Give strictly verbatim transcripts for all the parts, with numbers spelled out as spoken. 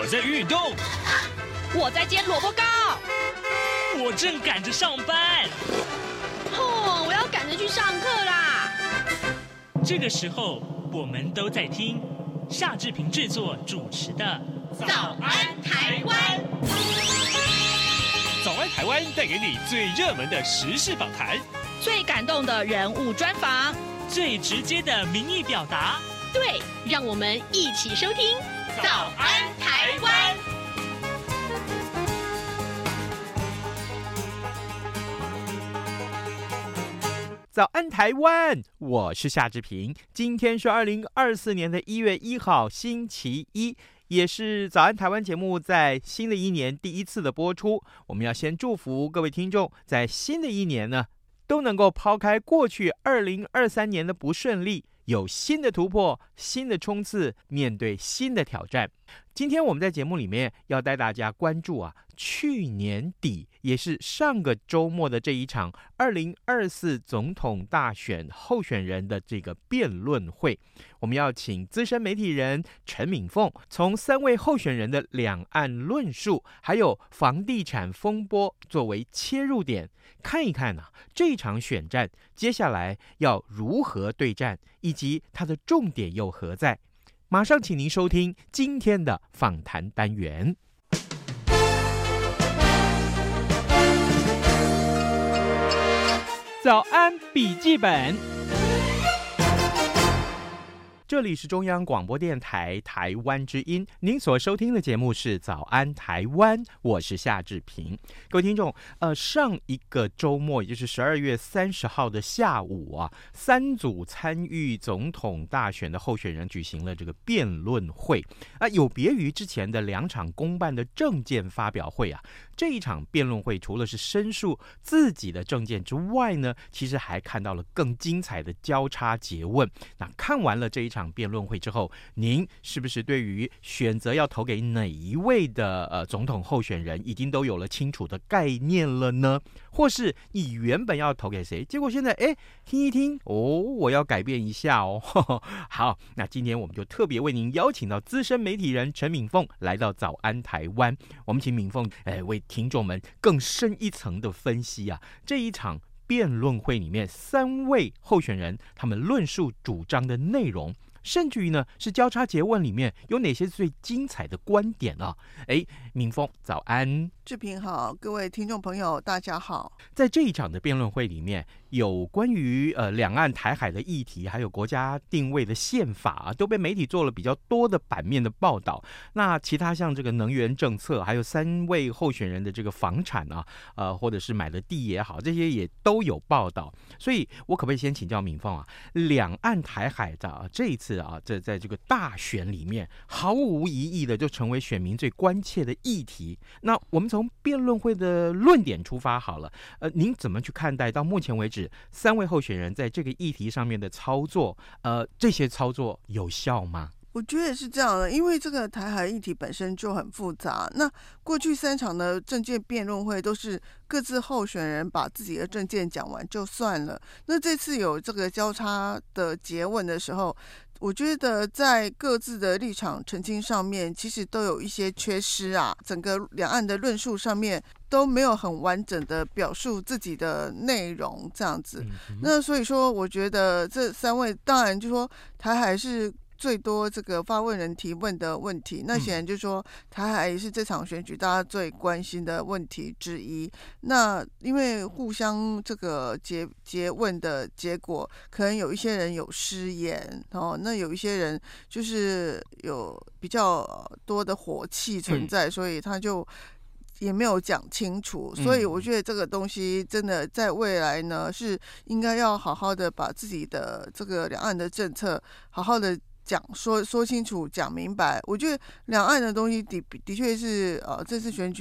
在运动， 我在煎萝卜糕， 我正赶着上班。 哦，我要赶着去上课啦。 这个时候，我们都在听夏志平制作主持的《 早安台湾》。 早安台湾带给你最热门的时事访谈， 最感动的人物专访， 最直接的民意表达。 对，让我们一起收听《早安台湾》。 早安台湾，我是夏志平。今天是二零二四年的一月一号，星期一，也是早安台湾节目在新的一年第一次的播出。我们要先祝福各位听众，在新的一年呢，都能够抛开过去二零二三年的不顺利，有新的突破，新的冲刺，面对新的挑战。今天我们在节目里面要带大家关注啊，去年底也是上个周末的这一场二零二四总统大选候选人的这个辩论会。我们要请资深媒体人陈敏凤，从三位候选人的两岸论述，还有房地产风波作为切入点，看一看啊，这一场选战接下来要如何对战，以及它的重点又何在。马上请您收听今天的访谈单元。早安笔记本，这里是中央广播电台台湾之音，您所收听的节目是早安台湾，我是夏志平。各位听众，呃，上一个周末，也就是十二月三十号的下午啊，三组参与总统大选的候选人举行了这个辩论会啊，有别于之前的两场公办的政见发表会啊，这一场辩论会除了是申述自己的政见之外呢，其实还看到了更精彩的交叉诘问。那看完了这一场辩论会之后，您是不是对于选择要投给哪一位的呃总统候选人已经都有了清楚的概念了呢？或是你原本要投给谁，结果现在哎听一听哦，我要改变一下哦。呵呵好，那今天我们就特别为您邀请到资深媒体人陈敏凤来到早安台湾，我们请敏凤哎为听众们更深一层的分析啊，这一场辩论会里面三位候选人他们论述主张的内容，甚至于呢是交叉诘问里面有哪些最精彩的观点啊？哎，敏凤早安。 志平好，各位听众朋友大家好。 在这一场的辩论会里面，有关于呃两岸台海的议题，还有国家定位的宪法、啊、都被媒体做了比较多的版面的报道。那其他像这个能源政策，还有三位候选人的这个房产啊，呃或者是买的地也好，这些也都有报道。所以我可不可以先请教敏凤啊，两岸台海的、啊、这一次啊，这在这个大选里面，毫无疑义的就成为选民最关切的议题。那我们从辩论会的论点出发好了，呃，您怎么去看待到目前为止三位候选人在这个议题上面的操作？呃，这些操作有效吗？ 我觉得是这样的，因为这个台海议题本身就很复杂。那过去三场的政见辩论会都是各自候选人把自己的政见讲完就算了。那这次有这个交叉的诘问的时候，我觉得在各自的立场澄清上面，其实都有一些缺失啊。整个两岸的论述上面都没有很完整的表述自己的内容，这样子。嗯、那所以说，我觉得这三位当然就说台海是最多这个发问人提问的问题，那显然就是说台海也是这场选举大家最关心的问题之一。那因为互相这个诘诘问的结果，可能有一些人有失言哦，那有一些人就是有比较多的火气存在，嗯、所以他就也没有讲清楚。所以我觉得这个东西真的在未来呢，是应该要好好的把自己的这个两岸的政策好好的讲说说清楚讲明白。我觉得两岸的东西的的确是呃这次选举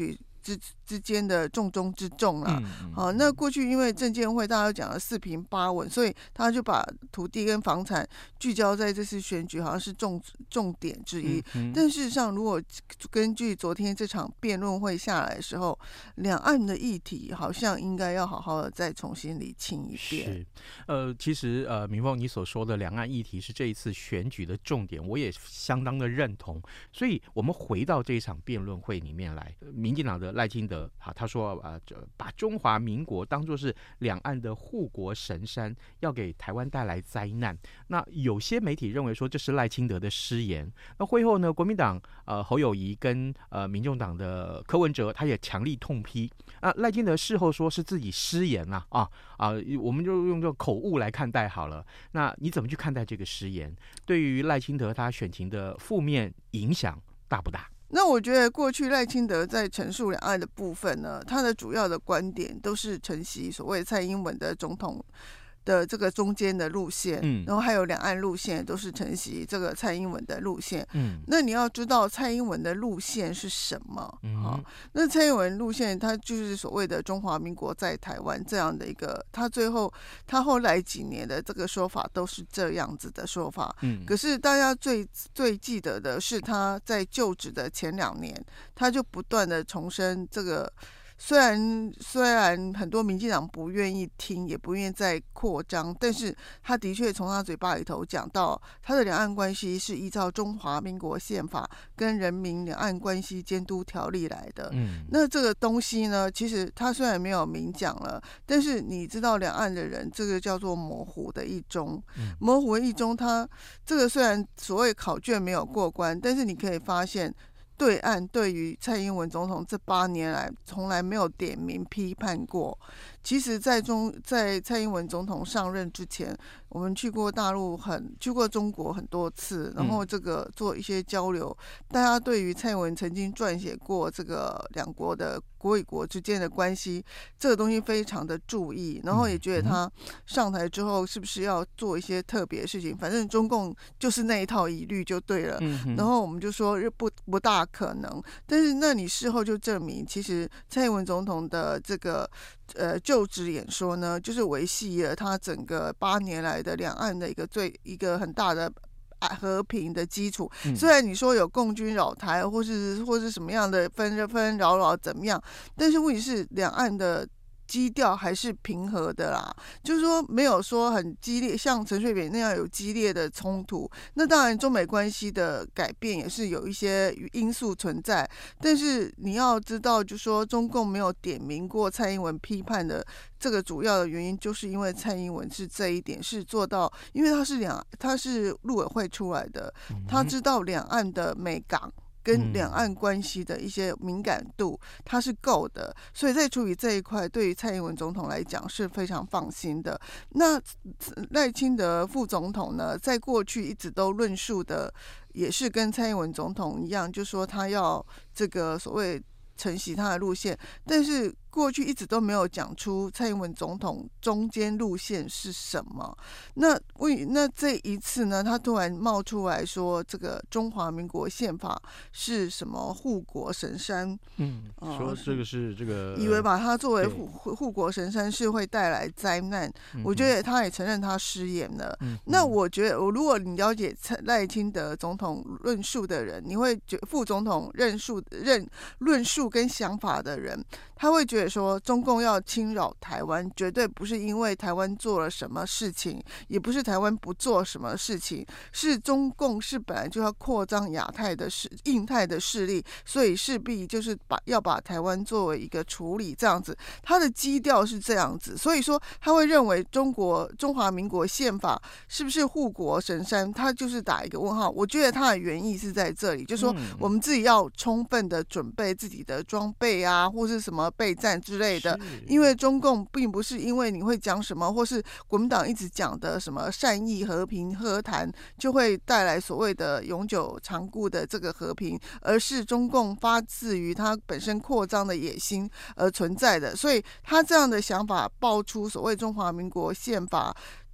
之之间的重中之重啦。 嗯嗯好，那过去因为证监会大家都讲了四平八稳，所以他就把土地跟房产聚焦在这次选举，好像是重重点之一。 嗯但事实上，如果根据昨天这场辩论会下来的时候，两岸的议题好像应该要好好的再重新理清一遍。 是，呃，其实呃，明凤你所说的两岸议题是这一次选举的重点，我也相当的认同。所以我们回到这一场辩论会里面来，民进党的赖清德啊，他说啊，把中华民国当作是两岸的护国神山，要给台湾带来灾难。那有些媒体认为说这是赖清德的失言。那会后呢，国民党呃侯友宜跟呃民众党的柯文哲，他也强力痛批啊，赖清德事后说是自己失言啦啊啊，我们就用这个口误来看待好了。那你怎么去看待这个失言？对于赖清德他选情的负面影响大不大？ 那我觉得过去赖清德在陈述两岸的部分呢，他的主要的观点都是承袭所谓蔡英文的总统的这个中间的路线，嗯，然后还有两岸路线都是承袭这个蔡英文的路线，嗯，那你要知道蔡英文的路线是什么？嗯，好，那蔡英文路线它就是所谓的中华民国在台湾这样的一个，他最后他后来几年的这个说法都是这样子的说法，嗯，可是大家最最记得的是他在就职的前两年，他就不断的重申这个。虽然虽然很多民进党不愿意听，也不愿意再扩张，但是他的确从他嘴巴里头讲到，他的两岸关系是依照中华民国宪法跟人民两岸关系监督条例来的。嗯，那这个东西呢，其实他虽然没有明讲了，但是你知道两岸的人，这个叫做模糊的一中，嗯、模糊的一中，他这个虽然所谓考卷没有过关，但是你可以发现。对岸对于蔡英文总统这八年来从来没有点名批判过。其实在中在蔡英文总统上任之前，我们去过大陆很去过中国很多次，然后这个做一些交流，大家对于蔡英文曾经撰写过这个两国的国与国之间的关系这个东西非常的注意，然后也觉得他上台之后是不是要做一些特别的事情，反正中共就是那一套一律就对了，然后我们就说不不大可能，但是那你事后就证明，其实蔡英文总统的这个呃就职演说呢，就是维系了他整个八年来的两岸的一个最一个很大的和平的基础。虽然你说有共军扰台，或是或是什么样的纷纷扰扰怎么样，但是问题是两岸的基调还是平和的啦，就是说没有说很激烈，像陈水扁那样有激烈的冲突。那当然，中美关系的改变也是有一些因素存在，但是你要知道，就说中共没有点名过蔡英文批判的这个主要的原因，就是因为蔡英文是这一点是做到，因为他是两他是陆委会出来的，他知道两岸的美港。跟两岸关系的一些敏感度，它是够的，所以在处理这一块，对于蔡英文总统来讲是非常放心的。那赖清德副总统呢，在过去一直都论述的，也是跟蔡英文总统一样，就说他要这个所谓承袭他的路线，但是过去一直都没有讲出蔡英文总统中间路线是什么。那为那这一次呢，他突然冒出来说，这个中华民国宪法是什么护国神山？嗯， 呃、说这个是这个， 以为把它作为护护国神山是会带来灾难。嗯、我觉得他也承认他失言了。嗯、那我觉得，我如果你了解赖清德总统论述的人，你会觉副总统认述认论述跟想法的人，他会觉得说中共要侵扰台湾，绝对不是因为台湾做了什么事情，也不是台湾不做什么事情，是中共是本来就要扩张亚太的势印太的势力，所以势必就是把要把台湾作为一个处理这样子，他的基调是这样子，所以说他会认为中国中华民国宪法是不是护国神山，他就是打一个问号。我觉得他的原意是在这里，就是说我们自己要充分的准备自己的装备啊，或是什么备战之类的，因为中共并不是因为你会讲什么，或是国民党一直讲的什么善意和平和谈就会带来所谓的永久长固的这个和平，而是中共发自于他本身扩张的野心而存在的。所以他这样的想法爆出所谓中华民国宪法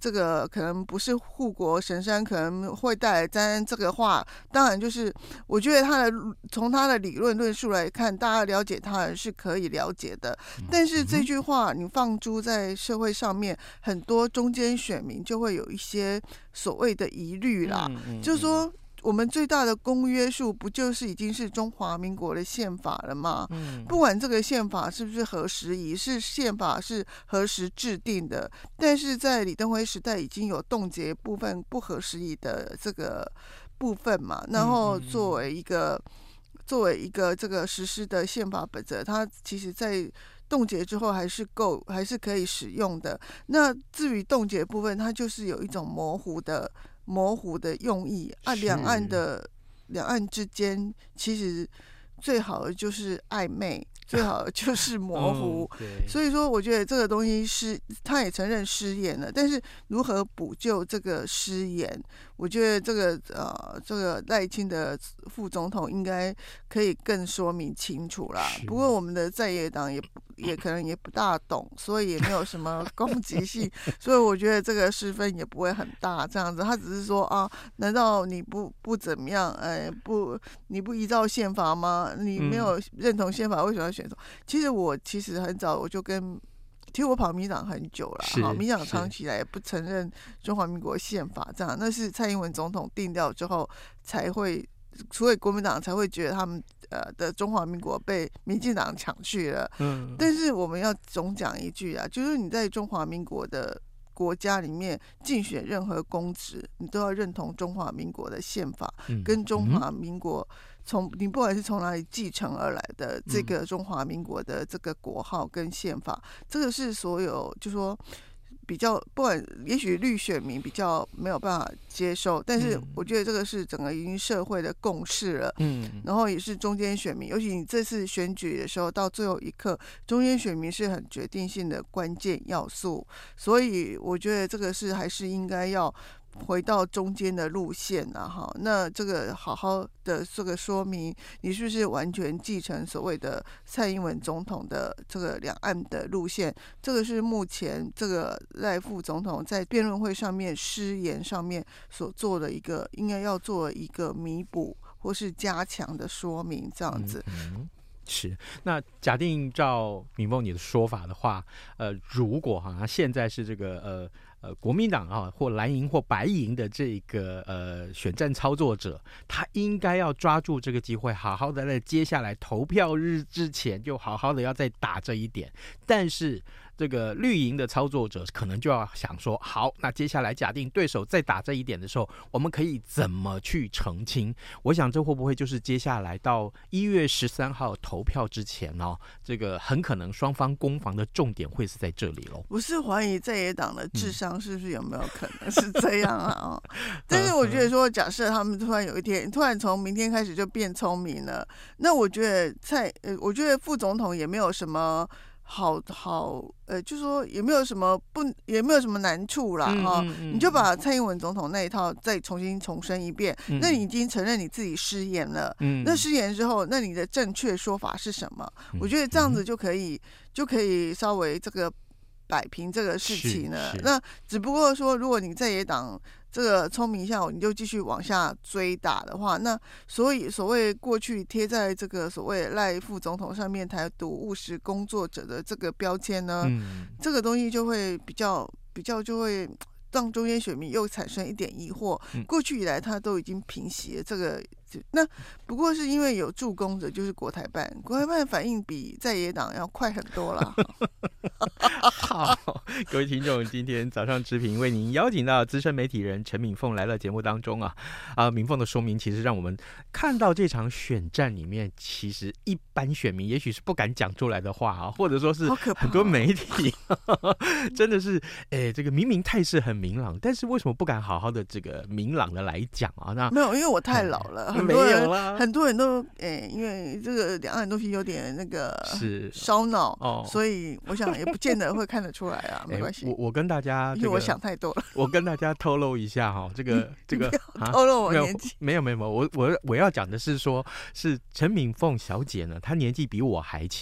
这个可能不是护国神山，可能会带来灾难，这个话当然就是我觉得他的从他的理论论述来看，大家了解他是可以了解的。但是这句话你放诸在社会上面，很多中间选民就会有一些所谓的疑虑啦，嗯嗯嗯、就是说。我们最大的公约数不就是已经是中华民国的宪法了吗？嗯，不管这个宪法是不是合时宜，是宪法是何时制定的，但是在李登辉时代已经有冻结部分不合时宜的这个部分嘛，然后作为一个作为一个这个实施的宪法本则，它其实在冻结之后还是够，还是可以使用的。那至于冻结部分，它就是有一种模糊的。模糊的用意啊，两岸的两岸之间其实最好的就是暧昧，最好的就是模糊。嗯、所以说，我觉得这个东西是他也承认失言了，但是如何补救这个失言，我觉得这个呃，这个赖清的副总统应该可以更说明清楚啦。不过我们的在野党也也可能也不大懂，所以也没有什么攻击性，所以我觉得这个失分也不会很大。这样子，他只是说啊，难道你不不怎么样？哎，不，你不依照宪法吗？你没有认同宪法，为什么要选？其实我其实很早我就跟。其实我跑民进党很久了，哈，民进党长期以来也不承认中华民国宪法，这样那是蔡英文总统定调之后才会，所以国民党才会觉得他们呃的中华民国被民进党抢去了。嗯，但是我们要总讲一句啊，就是你在中华民国的国家里面竞选任何公职，你都要认同中华民国的宪法，嗯、跟中华民国。从你不管是从哪里继承而来的这个中华民国的这个国号跟宪法，嗯、这个是所有就说比较不管，也许绿选民比较没有办法接受，但是我觉得这个是整个已经社会的共识了。嗯，然后也是中间选民，尤其你这次选举的时候，到最后一刻，中间选民是很决定性的关键要素，所以我觉得这个是还是应该要。回到中间的路线啊，哈，那这个好好的这个说明，你是不是完全继承所谓的蔡英文总统的这个两岸的路线？这个是目前这个赖副总统在辩论会上面失言上面所做的一个，应该要做一个弥补或是加强的说明，这样子。嗯嗯是，那假定照敏凤你的说法的话，呃，如果哈现在是这个呃呃国民党啊或蓝营或白营的这个呃选战操作者，他应该要抓住这个机会，好好的在接下来投票日之前，就好好的要再打这一点，但是。这个绿营的操作者可能就要想说，好，那接下来假定对手再打这一点的时候，我们可以怎么去澄清？我想这会不会就是接下来到一月十三号投票之前哦，这个很可能双方攻防的重点会是在这里喽。 我是怀疑在野党的智商是不是有没有可能是这样啊？哦，但是我觉得说，假设他们突然有一天，突然从明天开始就变聪明了，那我觉得蔡，呃，我觉得副总统也没有什么。好好，呃，就说也没有什么不，也没有什么难处啦，哈、嗯嗯嗯，你就把蔡英文总统那一套再重新重申一遍。嗯、那你已经承认你自己失言了，嗯、那失言之后，那你的正确说法是什么？嗯、我觉得这样子就可以，就可以稍微这个摆平这个事情了。那只不过说，如果你在野党。这个聪明一下，你就继续往下追打的话，那所以所谓过去贴在这个所谓赖副总统上面台独务实工作者的这个标签呢，嗯、这个东西就会比较比较就会让中间选民又产生一点疑惑。嗯、过去以来他都已经平息了这个。那不过是因为有助攻者，就是国台办，国台办反应比在野党要快很多了。 好，各位听众，今天早上之平为您邀请到资深媒体人陈敏凤来到节目当中啊。啊，敏凤的说明其实让我们看到这场选战里面，其实一般选民也许是不敢讲出来的话啊，或者说是很多媒体真的是，哎，这个明明态势很明朗，但是为什么不敢好好的这个明朗的来讲啊？那没有，因为我太老了。很多人很多人都诶、欸，因为这个两岸东西有点那个是烧脑、哦，所以我想也不见得会看得出来啊，没关系。 欸、我我跟大家、这个， 因为我想太多了。 我跟大家透露一下哈，这个这个透露我年纪， 没有没有没有，我我我要讲的是说，是陈敏凤小姐呢，她年纪比我还轻。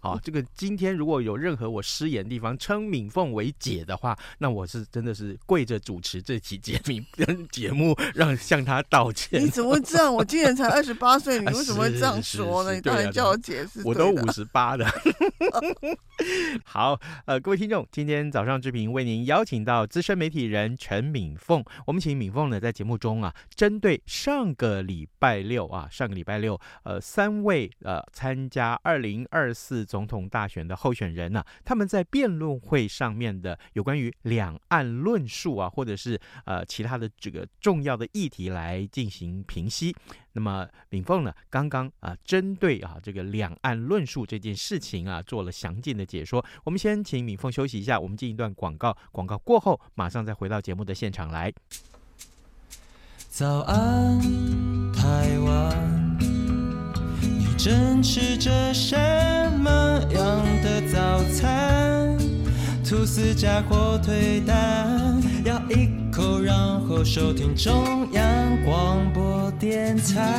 啊，这个今天如果有任何我失言的地方，称敏凤为姐的话，那我是真的是跪着主持这期节目节目，让向她道歉。 你怎么会这样？我今年才二十八岁，你为什么会这样说呢？你当然叫我姐是对的， 我都五十八的。好，呃，各位听众，今天早上志平为您邀请到资深媒体人陈敏凤，我们请敏凤呢在节目中啊，针对上个礼拜六啊，上个礼拜六，呃，三位呃参加二零二四总统大选的候选人呢、啊，他们在辩论会上面的有关于两岸论述啊，或者是呃其他的这个重要的议题来进行评析。那么敏凤呢，刚刚啊，针对啊这个两岸论述这件事情啊，做了详尽的解说。我们先请敏凤休息一下，我们进一段广告，广告过后马上再回到节目的现场来。 早安，台湾，你正吃着什么样的早餐？吐司加火腿蛋，咬一口，然后收听中央广播电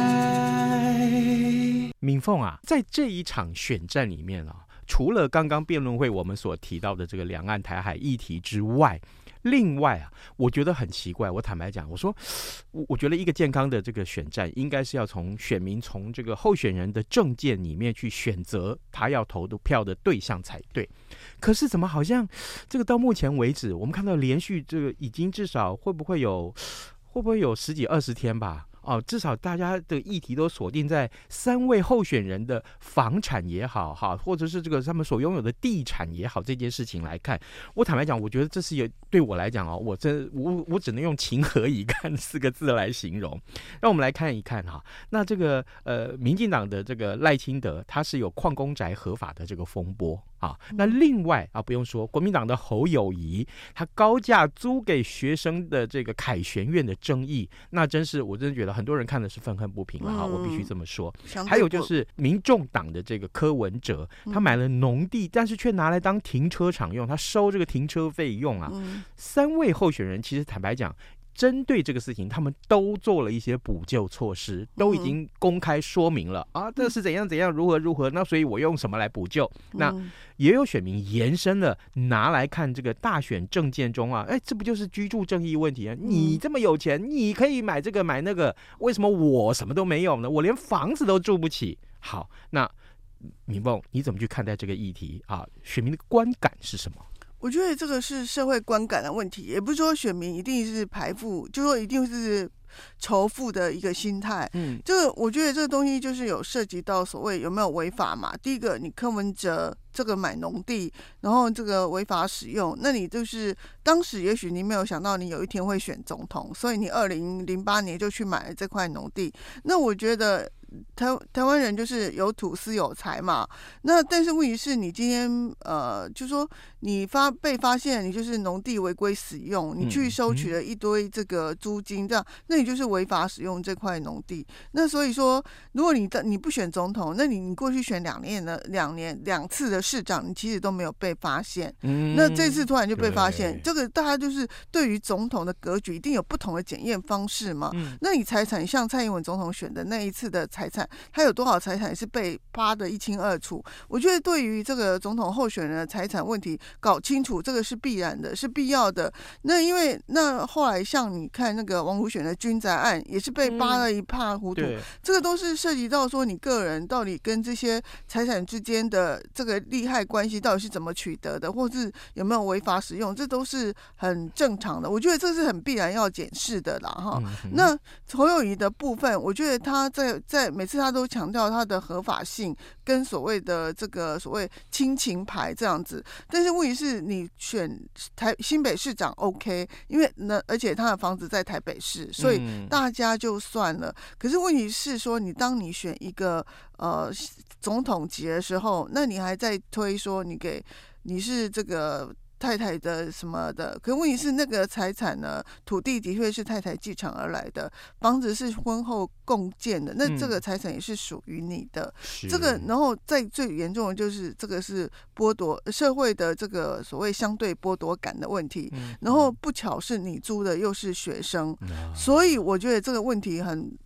台。 敏凤啊，在这一场选战里面啊，除了刚刚辩论会我们所提到的这个两岸台海议题之外，另外啊，我觉得很奇怪。我坦白讲，我说，我我觉得一个健康的这个选战，应该是要从选民从这个候选人的政见里面去选择他要投的票的对象才对。可是怎么好像这个到目前为止，我们看到连续这个已经至少会不会有会不会有十几二十天吧？哦，至少大家的议题都锁定在三位候选人的房产也好，哈，或者是这个他们所拥有的地产也好，这件事情来看，我坦白讲，我觉得这是有对我来讲哦，我真我我只能用情何以堪四个字来形容。让我们来看一看哈，那这个呃，民进党的这个赖清德，他是有矿工宅合法的这个风波。啊，那另外啊，不用说，国民党的侯友宜，他高价租给学生的这个凯旋院的争议，那真是我真的觉得很多人看的是愤恨不平了哈、嗯，我必须这么说。还有就是民众党的这个柯文哲，他买了农地，但是却拿来当停车场用，他收这个停车费用啊。嗯、三位候选人其实坦白讲，针对这个事情，他们都做了一些补救措施，都已经公开说明了、嗯、啊，这是怎样怎样，如何如何。那所以我用什么来补救？那也有选民延伸了，拿来看这个大选政见中啊，哎，这不就是居住正义问题啊？你这么有钱，你可以买这个买那个，为什么我什么都没有呢？我连房子都住不起。好，那敏凤你怎么去看待这个议题啊？选民的观感是什么？ 我觉得这个是社会观感的问题，也不是说选民一定是排富，就说一定是仇富的一个心态。嗯，这个我觉得这个东西就是有涉及到所谓有没有违法嘛。第一个，你柯文哲这个买农地，然后这个违法使用，那你就是当时也许你没有想到你有一天会选总统，所以你二零零八年就去买了这块农地。那我觉得台台湾人就是有土斯有财嘛，那但是问题是你今天呃，就说你发被发现你就是农地违规使用，你去收取了一堆这个租金，这样那你就是违法使用这块农地。那所以说，如果你的你不选总统，那你你过去选两年的两年两次的市长，你其实都没有被发现。嗯，那这次突然就被发现，这个大家就是对于总统的格局一定有不同的检验方式嘛。嗯，那你财产像蔡英文总统选的那一次的财产，他有多少财产是被扒得一清二楚？我觉得对于这个总统候选人的财产问题搞清楚，这个是必然的，是必要的。那因为那后来像你看那个王如选的军宅案，也是被扒了一塌糊涂、嗯。这个都是涉及到说你个人到底跟这些财产之间的这个利害关系到底是怎么取得的，或是有没有违法使用，这都是很正常的。我觉得这是很必然要检视的啦，哈、嗯。那侯友宜的部分，我觉得他在在每次他都强调他的合法性跟所谓的这个所谓亲情牌这样子，但是问题是你选台新北市长 OK， 因为呢，而且他的房子在台北市，所以大家就算了。嗯、可是问题是说，你当你选一个呃总统级的时候，那你还在推说你给你是这个太太的什么的，可问题是那个财产呢，土地的确是太太继承而来的，房子是婚后共建的，那这个财产也是属于你的、嗯、这个然后再最严重的就是这个是剥夺社会的这个所谓相对剥夺感的问题、嗯、然后不巧是你租的又是学生、嗯、所以我觉得这个问题很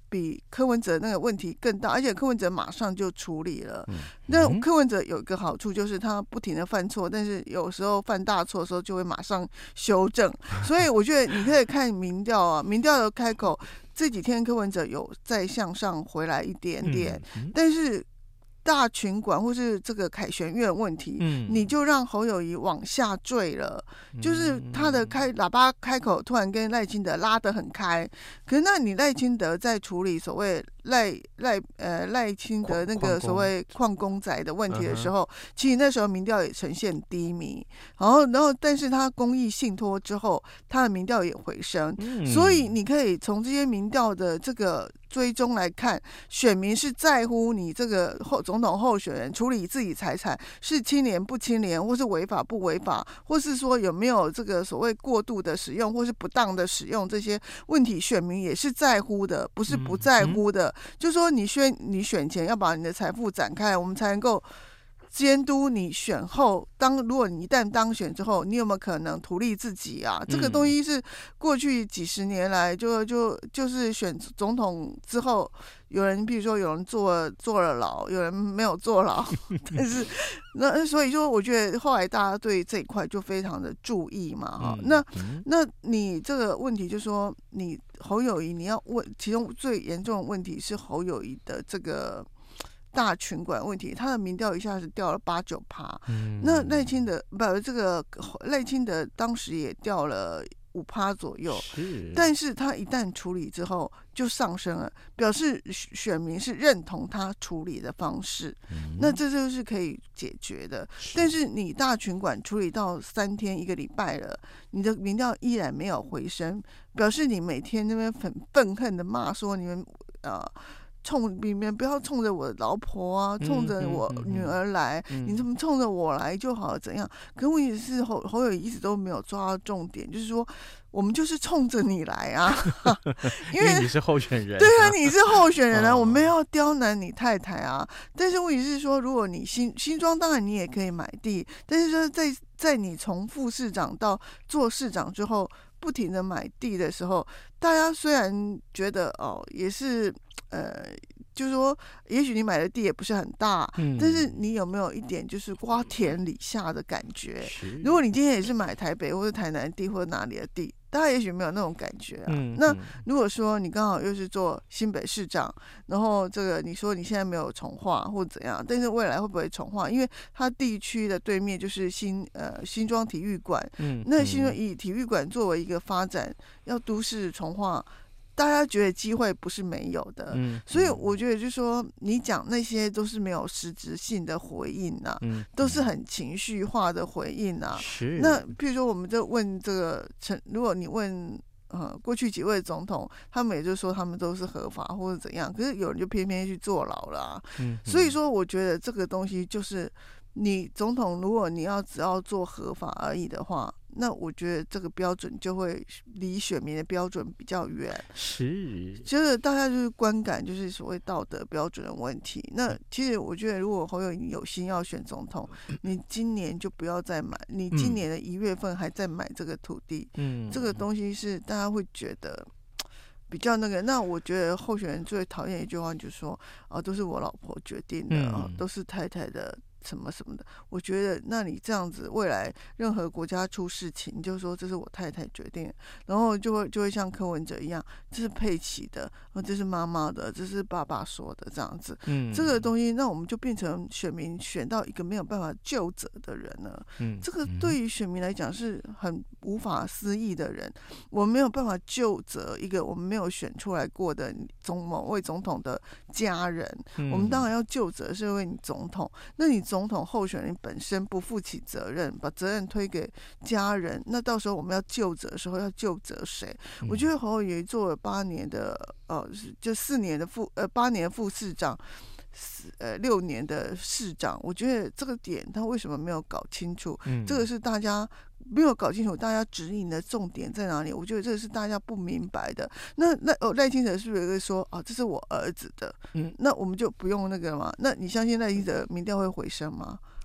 比柯文哲那个问题更大，而且柯文哲马上就处理了。 嗯、 那柯文哲有一个好处就是他不停的犯错，但是有时候犯大错的时候就会马上修正，所以我觉得你可以看民调啊，民调的开口这几天柯文哲有再向上回来一点点，嗯嗯、但是大群馆或是这个凯旋院问题，嗯、你就让侯友宜往下坠了，嗯、就是他的开喇叭开口突然跟赖清德拉得很开，可是那你赖清德在处理所谓赖赖呃赖清德那个所谓矿工仔的问题的时候，其实那时候民调也呈现低迷，然后然后但是他公益信托之后，他的民调也回升，嗯、所以你可以从这些民调的这个追踪来看，选民是在乎你这个后总统候选人处理自己财产是清廉不清廉，或是违法不违法，或是说有没有这个所谓过度的使用或是不当的使用，这些问题选民也是在乎的，不是不在乎的。嗯嗯、就说你选你选前要把你的财富展开，我们才能够监督你选后，当如果你一旦当选之后，你有没有可能图利自己啊？这个东西是过去几十年来就就就是选总统之后，有人比如说有人坐坐了牢，有人没有坐牢，但是那所以说我觉得后来大家对这一块就非常的注意嘛，哈、嗯。那那你这个问题就是说，你侯友宜你要问，其中最严重的问题是侯友宜的这个大群馆问题，他的民调一下子掉了八九趴，那赖清德不这个赖清德当时也掉了五趴左右，是但是他一旦处理之后就上升了，表示选民是认同他处理的方式，嗯、那这就是可以解决的。是但是你大群馆处理到三天一个礼拜了，你的民调依然没有回升，表示你每天那边很愤恨的骂说你们呃。冲你们不要冲着我的老婆啊，冲着我女儿来，嗯嗯嗯、你怎么冲着我来就好了？怎样？可问题是侯侯友宜一直都没有抓到重点，就是说我们就是冲着你来啊， 因为你是候选人、啊。 对啊，你是候选人啊，我们要刁难你太太啊。但是问题是说，如果你新新庄，当然你也可以买地，但是说在在你从副市长到做市长之后，不停的买地的时候，大家虽然觉得哦，也是呃，就是说，也许你买的地也不是很大，嗯、但是你有没有一点就是瓜田李下的感觉？如果你今天也是买台北或者台南地或者哪里的地，大家也许没有那种感觉啊。嗯、那如果说你刚好又是做新北市长，然后这个你说你现在没有重划或怎样，但是未来会不会重划？因为它地区的对面就是新呃新庄体育馆，嗯、那新庄以体育馆作为一个发展，要都市重划。大家觉得机会不是没有的，嗯、所以我觉得就是说，你讲那些都是没有实质性的回应啊，嗯、都是很情绪化的回应啊。是。那比如说，我们就问这个陈，如果你问呃过去几位总统，他们也就说他们都是合法或者怎样，可是有人就偏偏去坐牢了、啊。嗯。所以说，我觉得这个东西就是你总统，如果你要只要做合法而已的话。那我觉得这个标准就会离选民的标准比较远，是，就是大家就是观感，就是所谓道德标准的问题。那其实我觉得，如果侯友宜有心要选总统，你今年就不要再买，你今年的一月份还在买这个土地，嗯，这个东西是大家会觉得比较那个。那我觉得候选人最讨厌一句话就是说，啊，都是我老婆决定的啊，都是太太的。什么什么的，我觉得，那你这样子，未来任何国家出事情，你就说这是我太太决定，然后就会就会像柯文哲一样，这是佩奇的，这是妈妈的，这是爸爸说的，这样子，嗯，这个东西，那我们就变成选民选到一个没有办法究责的人了，嗯，这个对于选民来讲是很无法思议的人，我们没有办法究责一个我们没有选出来过的总某位总统的家人，嗯、我们当然要究责是为你总统，那你。总统候选人本身不负起责任，把责任推给家人，那到时候我们要究责的时候要究责谁？嗯、我觉得侯友宜做了八年的呃，就四年的副呃八年的副市长，呃六年的市长，我觉得这个点他为什么没有搞清楚？嗯、这个是大家。没有搞清楚大家指引的重点在哪里，我觉得这个是大家不明白的。那那哦，赖清德是不是有一个说啊，这是我儿子的，嗯，那我们就不用那个了吗？那你相信赖清德民调会回升吗？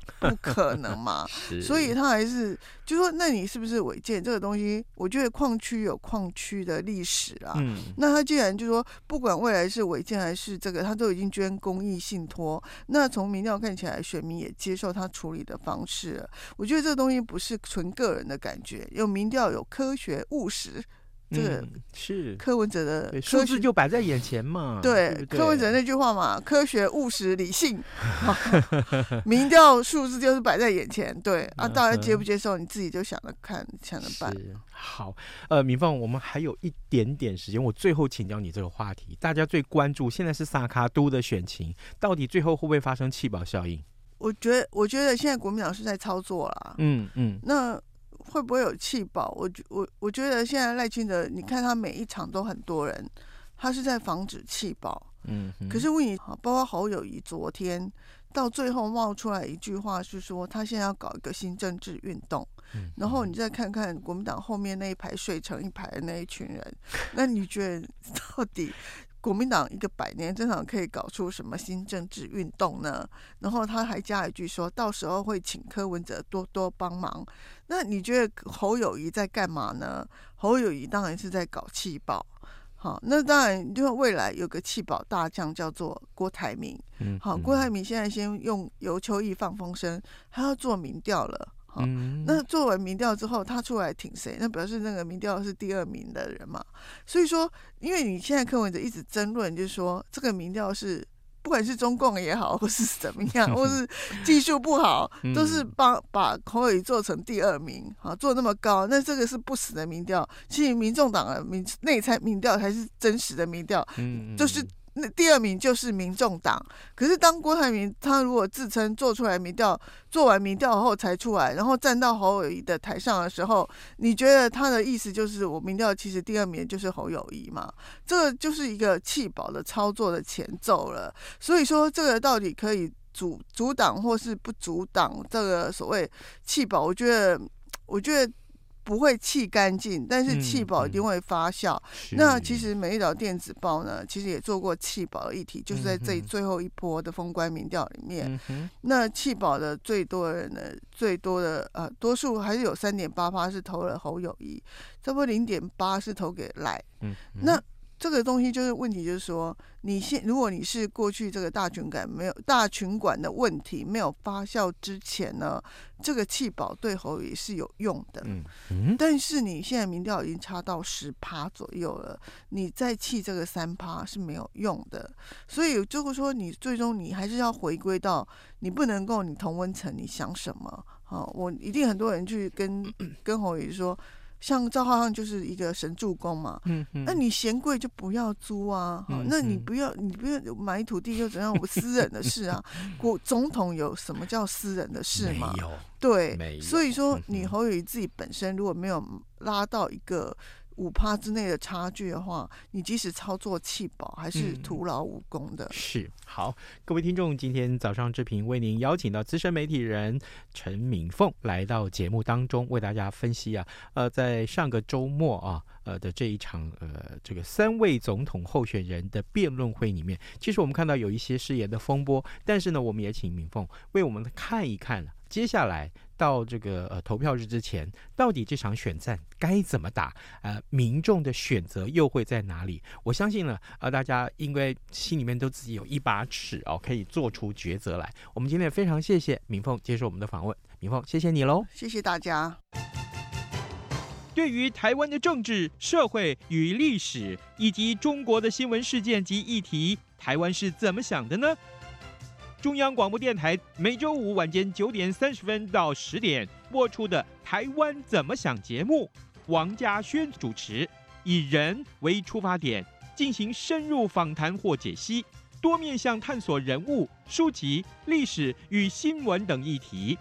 不可能嘛。所以他还是就说，那你是不是违建这个东西？我觉得矿区有矿区的历史啊。嗯，那他既然就说，不管未来是违建还是这个，他都已经捐公益信托。那从民调看起来，选民也接受他处理的方式了。我觉得这个东西不是纯个人的感觉，有民调，有科学务实。这个、 嗯、是柯文哲的数字就摆在眼前嘛， 对， 对对柯文哲那句话嘛，科学务实理性，民调数字就是摆在眼前，对啊，大家接不接受你自己就想着看，想着办。 好，呃，明凤，我们还有一点点时间，我最后请教你这个话题，大家最关注现在是萨卡都的选情，到底最后会不会发生弃保效应？ 我觉得，我觉得现在国民党是在操作啦，嗯嗯，那。会不会有弃保？我我我觉得现在赖清德，你看他每一场都很多人，他是在防止弃保。嗯，可是问你，包括侯友宜昨天到最后冒出来一句话是说，他现在要搞一个新政治运动。嗯，然后你再看看国民党后面那一排睡成一排的那一群人，那你觉得到底？国民党一个百年政党可以搞出什么新政治运动呢？然后他还加一句说，到时候会请柯文哲多多帮忙。那你觉得侯友宜在干嘛呢？侯友宜当然是在搞弃保。好，那当然，因为未来有个弃保大将叫做郭台铭。好，郭台铭现在先用游秋意放风声，他要做民调了。嗯，那做完民调之后，他出来挺谁？那表示那个民调是第二名的人嘛。所以说，因为你现在柯文哲一直争论，就是说这个民调是不管是中共也好，或是怎么样，或是技术不好，都是帮把侯友宜做成第二名，好做那么高，那这个是不实的民调。其实民众党的民内参民调才是真实的民调，嗯，就是。那第二名就是民众党，可是当郭台铭他如果自称做出来民调，做完民调后才出来，然后站到侯友宜的台上的时候，你觉得他的意思就是我民调其实第二名就是侯友宜嘛？这个就是一个弃保的操作的前奏了。所以说这个到底可以阻阻挡或是不阻挡这个所谓弃保？我觉得，我觉得。不会弃干净，但是弃保一定会发酵。嗯、那其实美丽岛电子报呢，其实也做过弃保的议题，就是在这最后一波的封关民调里面，嗯、那弃保的最多的人呢，最多的呃多数还是有三点八趴是投了侯友宜，差不多零点八是投给赖。嗯、那这个东西就是问题，就是说，你现如果你是过去这个大群感没有大群管的问题没有发酵之前呢，这个弃保对侯也是有用的。嗯嗯，但是你现在民调已经差到十趴左右了，你再弃这个三趴是没有用的。所以就是说，你最终你还是要回归到你不能够你同温层你想什么。好，我一定很多人去跟跟侯也说。像赵浩浩就是一个神助攻嘛，嗯嗯，那你嫌贵就不要租啊，嗯、那你不要你不要买土地又怎样？我私人的事啊，国总统有什么叫私人的事吗？没有，对，所以说你侯友宜自己本身如果没有拉到一个五趴之内的差距的话，你即使操作弃保还是徒劳无功的。嗯、 是好，各位听众，今天早上之平为您邀请到资深媒体人陈敏凤来到节目当中，为大家分析啊，呃，在上个周末啊，呃的这一场呃这个三位总统候选人的辩论会里面，其实我们看到有一些誓言的风波，但是呢，我们也请敏凤为我们看一看接下来到这个呃投票日之前，到底这场选战该怎么打？呃，民众的选择又会在哪里？我相信呢，呃，大家因为心里面都自己有一把尺哦，可以做出抉择来。我们今天也非常谢谢敏凤接受我们的访问，敏凤，谢谢你喽， 谢谢大家。 对于台湾的政治、社会与历史，以及中国的新闻事件及议题，台湾是怎么想的呢？中央广播电台每周五晚间九点三十分到十点播出的《台湾怎么想》节目，王家轩主持，以人为出发点，进行深入访谈或解析，多面向探索人物、书籍、历史与新闻等议题。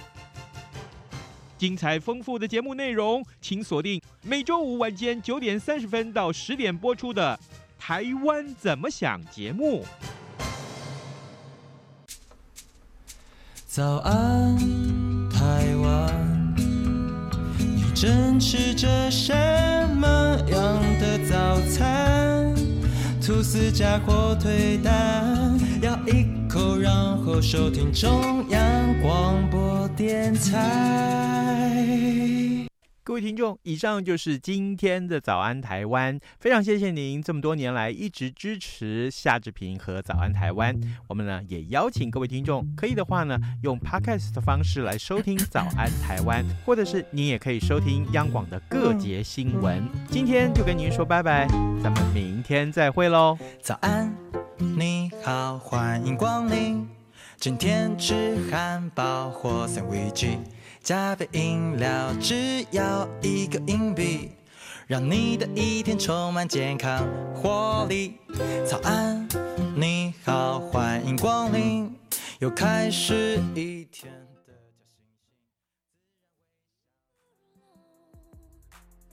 精彩丰富的节目内容，请锁定每周五晚间九点三十分到十点播出的《台湾怎么想》节目。 早安，台湾，你正吃着什么样的早餐？吐司加火腿蛋，咬一口口，然后收听中央广播电台。 各位听众，以上就是今天的早安台湾，非常谢谢您这么多年来一直支持夏志平和早安台湾。我们呢也邀请各位听众，可以的话呢，用 Podcast 的方式来收听早安台湾，或者是您也可以收听央广的各节新闻。今天就跟您说拜拜，咱们明天再会喽。 早安，你好，欢迎光临。今天吃汉堡或三明治，加杯饮料，只要一个硬币，让你的一天充满健康活力。早安，你好，欢迎光临，又开始一天。